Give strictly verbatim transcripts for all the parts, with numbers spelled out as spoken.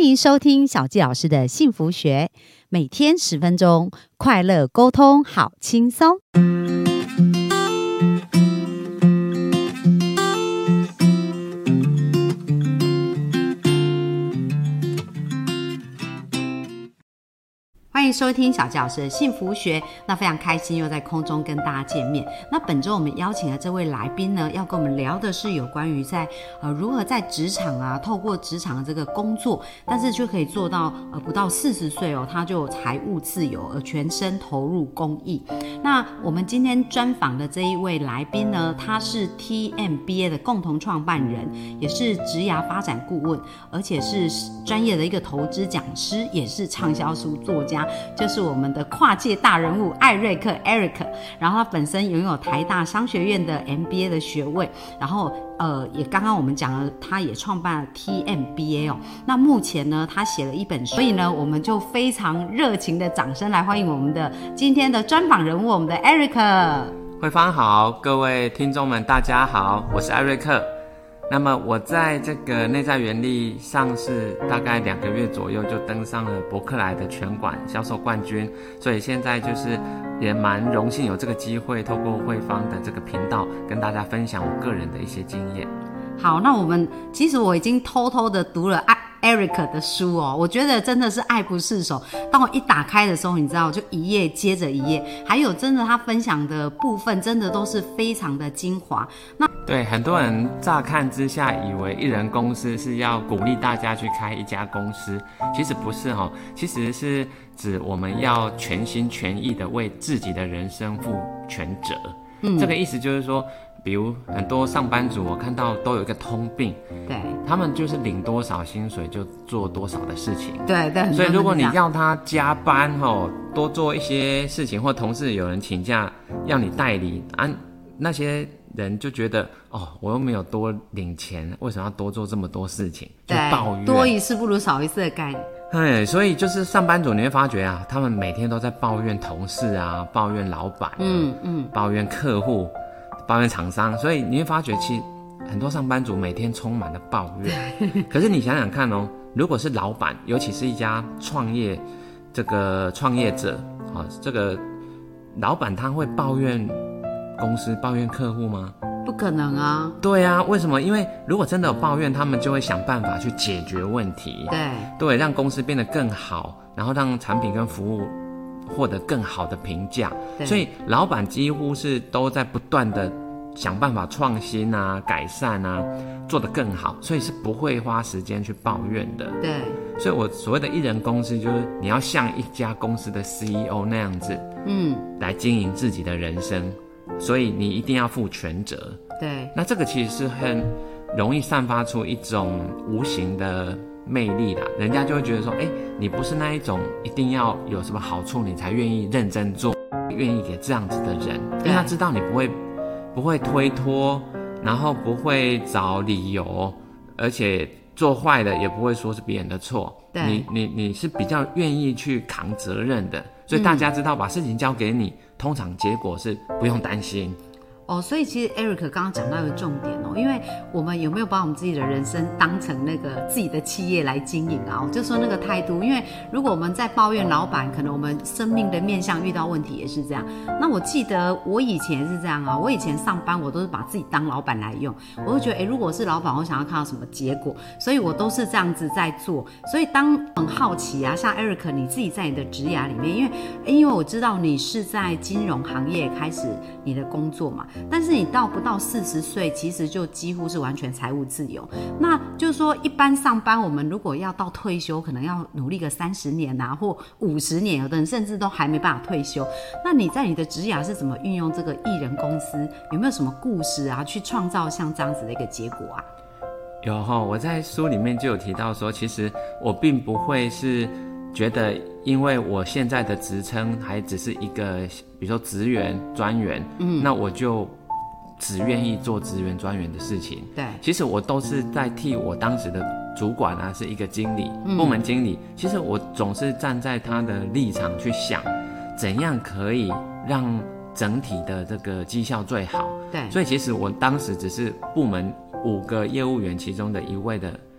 迎收听小纪老师的幸福学，每天十分钟，快乐沟通，好轻松。欢迎收听小纪老师的幸福学，那非常开心又在空中跟大家见面。那本周我们邀请的这位来宾呢，要跟我们聊的是有关于在呃如何在职场啊，透过职场的这个工作，但是却可以做到呃不到四十岁哦，他就财务自由，而全身投入公益。那我们今天专访的这一位来宾呢，他是 T M B A 的共同创办人，也是职涯发展顾问，而且是专业的一个投资讲师，也是畅销书作家。就是我们的跨界大人物艾瑞克 Eric， 然后他本身拥有台大商学院的 M B A 的学位，然后呃，也刚刚我们讲了，他也创办了 T M B A 哦。那目前呢，他写了一本书，所以呢，我们就非常热情的掌声来欢迎我们的今天的专访人物，我们的 Eric。 慧芳好，各位听众们大家好，我是艾瑞克。那么我在这个内在原力上市大概两个月左右，就登上了伯克莱的全馆销售冠军，所以现在就是也蛮荣幸有这个机会，透过慧芳的这个频道跟大家分享我个人的一些经验。 好，那我们其实我已经偷偷的读了 Eric 的书哦，我觉得真的是爱不释手。当我一打开的时候，你知道，就一页接着一页，还有真的他分享的部分，真的都是非常的精华。那对很多人乍看之下以为一人公司是要鼓励大家去开一家公司，其实不是哦，其实是指我们要全心全意的为自己的人生负全责。嗯，这个意思就是说，比如很多上班族，我看到都有一个通病，对，他们就是领多少薪水就做多少的事情， 对对。 所以如果你要他加班吼，多做一些事情，或同事有人请假要你代理啊，那些人就觉得哦，我又没有多领钱，为什么要多做这么多事情？就抱怨， 多一事不如少一事的概念。 对，所以就是上班族你会发觉啊，他们每天都在抱怨同事啊，抱怨老板，嗯嗯，抱怨客户，抱怨厂商，所以你会发觉其实很多上班族每天充满了抱怨。可是你想想看哦，如果是老板，尤其是一家创业这个创业者啊，这个老板他会抱怨公司、抱怨客户吗？ 不可能啊。 对啊，为什么？因为如果真的有抱怨，他们就会想办法去解决问题，对对，让公司变得更好，然后让产品跟服务获得更好的评价。所以老板几乎是都在不断的想办法创新啊、改善啊，做得更好，所以是不会花时间去抱怨的。对，所以我所谓的一人公司，就是你要像一家公司的 C E O 那样子，嗯，来经营自己的人生。所以你一定要负全责。对，那这个其实是很容易散发出一种无形的魅力啦，人家就会觉得说，哎，你不是那一种一定要有什么好处你才愿意认真做，愿意给这样子的人，因为他知道你不会不会推脱，然后不会找理由，而且做坏的也不会说是别人的错，你你你是比较愿意去扛责任的，所以大家知道把事情交给你，通常结果是不用担心。 哦，所以其实 Eric 刚刚讲到一个重点哦，因为我们有没有把我们自己的人生当成那个自己的企业来经营啊？就说那个态度，因为如果我们在抱怨老板，可能我们生命的面向遇到问题也是这样。那我记得我以前也是这样啊，我以前上班我都是把自己当老板来用，我就觉得哎，如果我是老板，我想要看到什么结果，所以我都是这样子在做。所以当很好奇啊，像 Eric 你自己在你的职涯里面，因为因为我知道你是在金融行业开始你的工作嘛。但是你到不到四十岁，其实就几乎是完全财务自由。那就是说，一般上班，我们如果要到退休，可能要努力个三十年啊，或五十年，有的人甚至都还没办法退休。那你在你的职涯是怎么运用这个艺人公司？有没有什么故事啊，去创造像这样子的一个结果啊？ 有哈，我在书里面就有提到说，其实我并不会是觉得，因为我现在的职称还只是一个，比如说职员、专员，嗯，那我就只愿意做职员、专员的事情。对，其实我都是在替我当时的主管啊，是一个经理、嗯、部门经理。其实我总是站在他的立场去想，怎样可以让整体的这个绩效最好。对，所以其实我当时只是部门五个业务员其中的一位的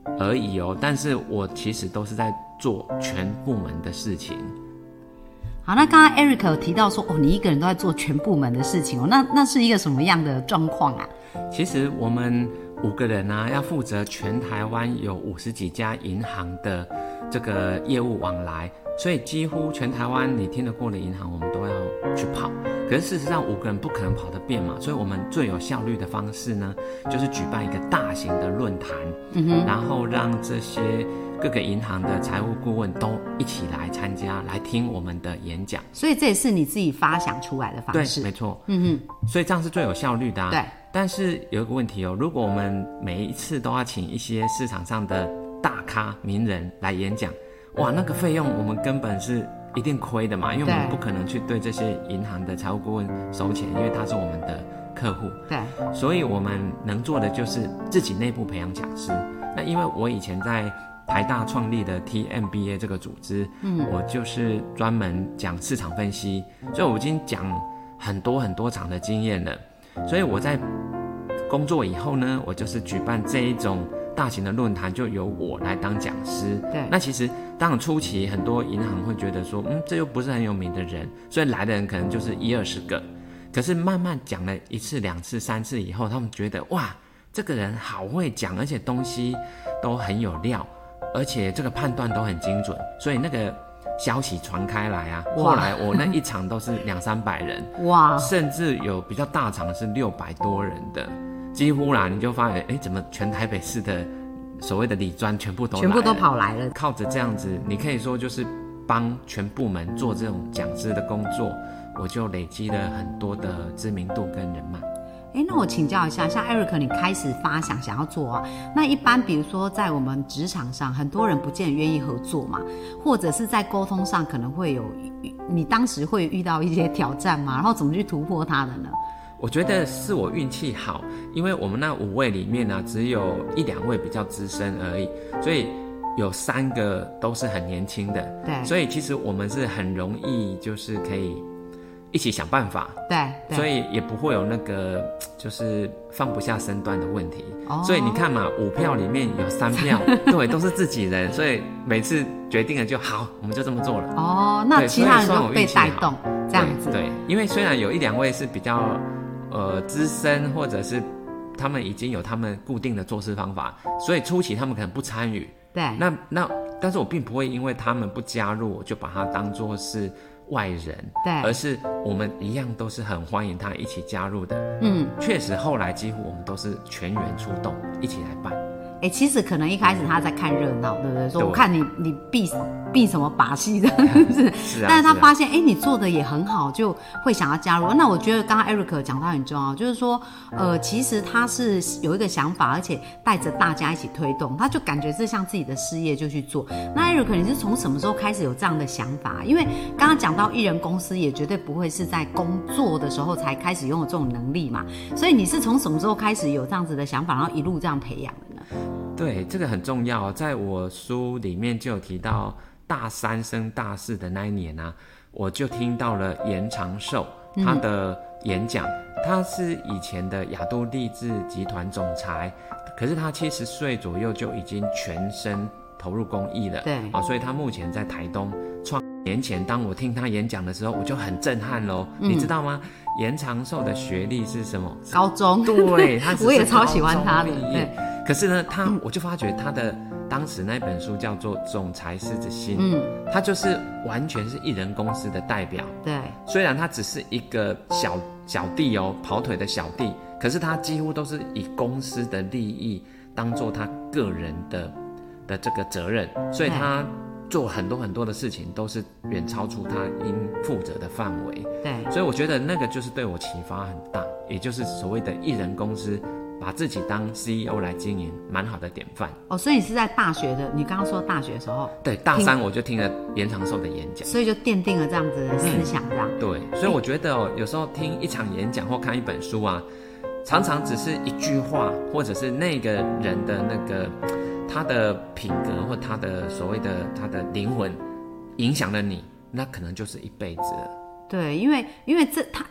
而已哦，但是我其实都是在做全部门的事情。 好，那刚刚 Eric 有提到说，哦，你一个人都在做全部门的事情哦，那那是一个什么样的状况啊？ 其实我们五个人啊，要负责全台湾有五十几家银行的这个业务往来，所以几乎全台湾你听得过的银行，我们都要去跑。可是事实上，五个人不可能跑得遍嘛，所以我们最有效率的方式呢，就是举办一个大型的论坛，嗯哼，然后让这些各个银行的财务顾问都一起来参加，来听我们的演讲。 所以这也是你自己发想出来的方式。 对，没错。嗯哼，所以这样是最有效率的啊。 对。 但是有一个问题哦，如果我们每一次都要请一些市场上的大咖名人来演讲，哇，那个费用我们根本是一定亏的嘛，因为我们不可能去对这些银行的财务顾问收钱，因为他是我们的客户。对，所以我们能做的就是自己内部培养讲师。那因为我以前在台大创立的 T M B A 这个组织，嗯，我就是专门讲市场分析，所以我已经讲很多很多场的经验了。所以我在工作以后呢，我就是举办这一种大型的论坛，就由我来当讲师。对，那其实当然初期很多银行会觉得说，嗯，这又不是很有名的人，所以来的人可能就是一二十个。可是慢慢讲了一次、两次、三次以后，他们觉得哇，这个人好会讲，而且东西都很有料，而且这个判断都很精准，所以那个消息传开来啊，后来我那一场都是两三百人，哇，甚至有比较大场是六百多人的，几乎啦，你就发现，哎，怎么全台北市的所谓的理专全部都来了， 全部都跑来了。 靠着这样子，你可以说就是帮全部门做这种讲师的工作，我就累积了很多的知名度跟人脉。 哎，那我请教一下，像 Eric 你开始发想想要做啊，那一般比如说在我们职场上，很多人不见得愿意合作嘛，或者是在沟通上可能会有，你当时会遇到一些挑战吗？然后怎么去突破它的呢？ 我觉得是我运气好，因为我们那五位里面呢、啊，只有一两位比较资深而已，所以有三个都是很年轻的，对，所以其实我们是很容易就是可以一起想办法， 对, 对，所以也不会有那个就是放不下身段的问题。哦，所以你看嘛，五票里面有三票，对，都是自己人，所以每次决定了就好，我们就这么做了。哦， 那其他人都被带动，这样子。 对，对，因为虽然有一两位是比较呃资深，或者是他们已经有他们固定的做事方法，所以初期他们可能不参与。对，那那但是我并不会因为他们不加入，我就把它当作是外人，对，而是我们一样都是很欢迎他一起加入的。嗯，确实后来几乎我们都是全员出动一起来办。 哎、欸，其实可能一开始他在看热闹，对不对？说我看你你避避什么把戏的，是不是？是啊。但是他发现，哎、欸，你做的也很好，就会想要加入。那我觉得刚刚 Eric 讲到很重要，就是说，呃，其实他是有一个想法，而且带着大家一起推动，他就感觉是像自己的事业就去做。那 Eric 你是从什么时候开始有这样的想法？因为刚刚讲到艺人公司，也绝对不会是在工作的时候才开始拥有这种能力嘛，所以你是从什么时候开始有这样子的想法，然后一路这样培养的呢？ 对，这个很重要。在我书里面就有提到，大三升大四的那一年啊，我就听到了严长寿他的演讲。嗯、他是以前的亚都励志集团总裁，可是他七十岁左右就已经全身投入公益了。对啊，所以他目前在台东创。年前当我听他演讲的时候，我就很震撼咯、嗯、你知道吗？严长寿的学历是什么？ 高中。 对，他我也超喜欢他的。对， 可是呢，他、嗯、我就发觉他的当时那本书叫做《总裁狮子心》，嗯，他就是完全是艺人公司的代表。对，虽然他只是一个小小弟哦，跑腿的小弟，可是他几乎都是以公司的利益当做他个人的的这个责任，所以他做很多很多的事情都是远超出他应负责的范围。对，所以我觉得那个就是对我启发很大，也就是所谓的艺人公司把自己当 C E O 来经营，蛮好的典范。 哦，所以你是在大学的，你刚刚说大学的时候， 对，大三我就听了严长寿的演讲， 所以就奠定了这样子的思想，这样、 嗯。对，所以我觉得哦，有时候听一场演讲或看一本书啊，常常只是一句话，或者是那个人的那个他的品格或他的所谓的他的灵魂影响了你，那可能就是一辈子了。 对，因为因为这他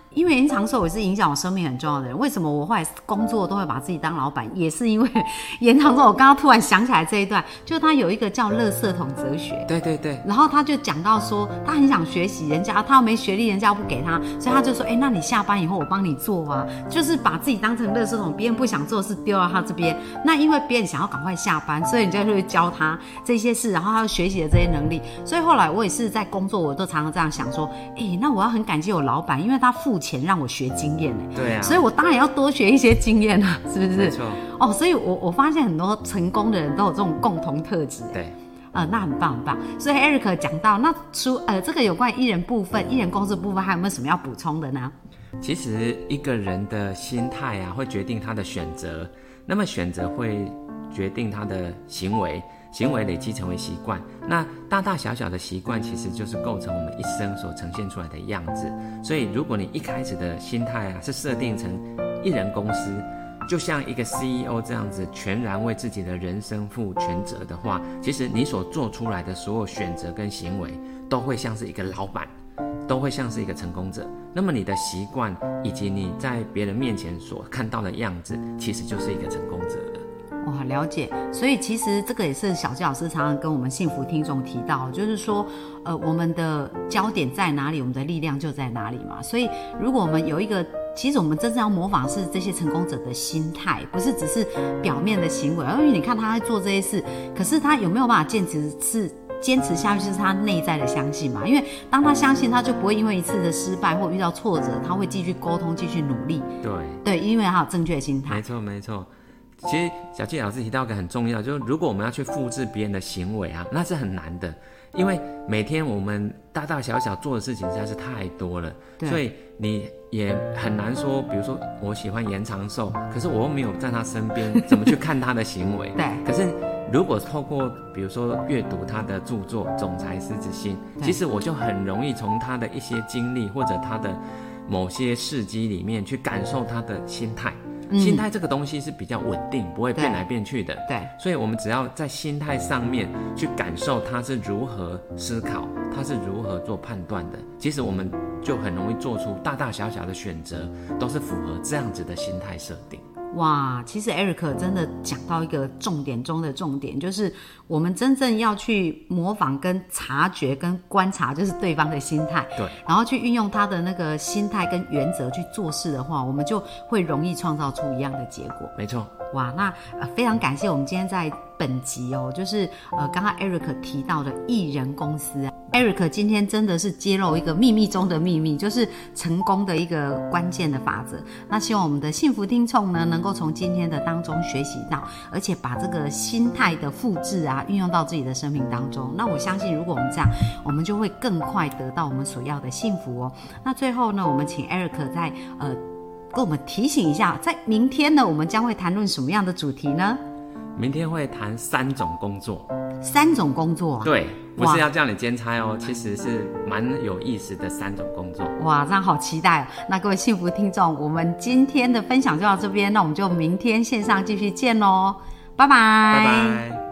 因为延长寿也是影响我生命很重要的人。为什么我后来工作都会把自己当老板，也是因为延长寿。我刚刚突然想起来这一段，就是他有一个叫垃圾桶哲学， 对对对， 然后他就讲到说他很想学习，人家他又没学历，人家又不给他，所以他就说哎、欸，那你下班以后我帮你做啊，就是把自己当成垃圾桶，别人不想做的事丢到他这边，那因为别人想要赶快下班，所以人家就会教他这些事，然后他就学习了这些能力。所以后来我也是在工作，我都常常这样想说，哎、欸，那我要很感谢我老板，因为他付钱让我学经验、欸、 对啊， 所以我当然要多学一些经验啊，是不是？ 没错。 哦，所以我我发现很多成功的人都有这种共同特质。 对。 呃，那很棒很棒。所以 Eric 讲到，那除呃这个有关艺人部分、艺人公司部分，还有没有什么要补充的呢？ 其实一个人的心态啊，会决定他的选择，那么选择会决定他的行为，行为累积成为习惯。那大大小小的习惯，其实就是构成我们一生所呈现出来的样子。所以，如果你一开始的心态啊，是设定成艺人公司，就像一个 C E O 这样子，全然为自己的人生负全责的话，其实你所做出来的所有选择跟行为，都会像是一个老板，都会像是一个成功者。那么你的习惯以及你在别人面前所看到的样子，其实就是一个成功者的。 哇，了解。所以其实这个也是小纪老师常常跟我们幸福听众提到，就是说呃，我们的焦点在哪里，我们的力量就在哪里嘛。所以如果我们有一个，其实我们真正要模仿是这些成功者的心态，不是只是表面的行为。因为你看他在做这些事，可是他有没有办法坚持是坚持下去，就是他内在的相信嘛。因为当他相信，他就不会因为一次的失败或遇到挫折，他会继续沟通，继续努力。 对对，因为他有正确的心态。 没错没错。其实小纪老师提到一个很重要，就是如果我们要去复制别人的行为啊，那是很难的，因为每天我们大大小小做的事情实在是太多了，所以你也很难说，比如说我喜欢延长寿，可是我又没有在他身边，怎么去看他的行为？ 对。 可是如果透过比如说阅读他的著作《总裁狮子心》，其实我就很容易从他的一些经历或者他的某些事迹里面去感受他的心态。嗯、心态这个东西是比较稳定，不会变来变去的。 对， 所以我们只要在心态上面去感受他是如何思考，他是如何做判断的，其实我们就很容易做出大大小小的选择，都是符合这样子的心态设定。 哇，其实 Eric 真的讲到一个重点中的重点，就是我们真正要去模仿跟察觉跟观察，就是对方的心态， 对， 然后去运用他的那个心态跟原则去做事的话，我们就会容易创造出一样的结果。 没错。 哇，那、呃、非常感谢我们今天在本集哦，就是呃刚刚 Eric 提到的艺人公司啊 ，Eric 今天真的是揭露一个秘密中的秘密，就是成功的一个关键的法则。那希望我们的幸福听众呢，能够从今天的当中学习到，而且把这个心态的复制啊，运用到自己的生命当中。那我相信，如果我们这样，我们就会更快得到我们所要的幸福哦。那最后呢，我们请 Eric 在呃。跟我们提醒一下，在明天呢，我们将会谈论什么样的主题呢？ 明天会谈三种工作。 三种工作啊？ 对，不是要叫你兼差哦，其实是蛮有意思的三种工作。 哇，这样好期待哦！那各位幸福听众，我们今天的分享就到这边，那我们就明天线上继续见咯，拜拜， 拜拜。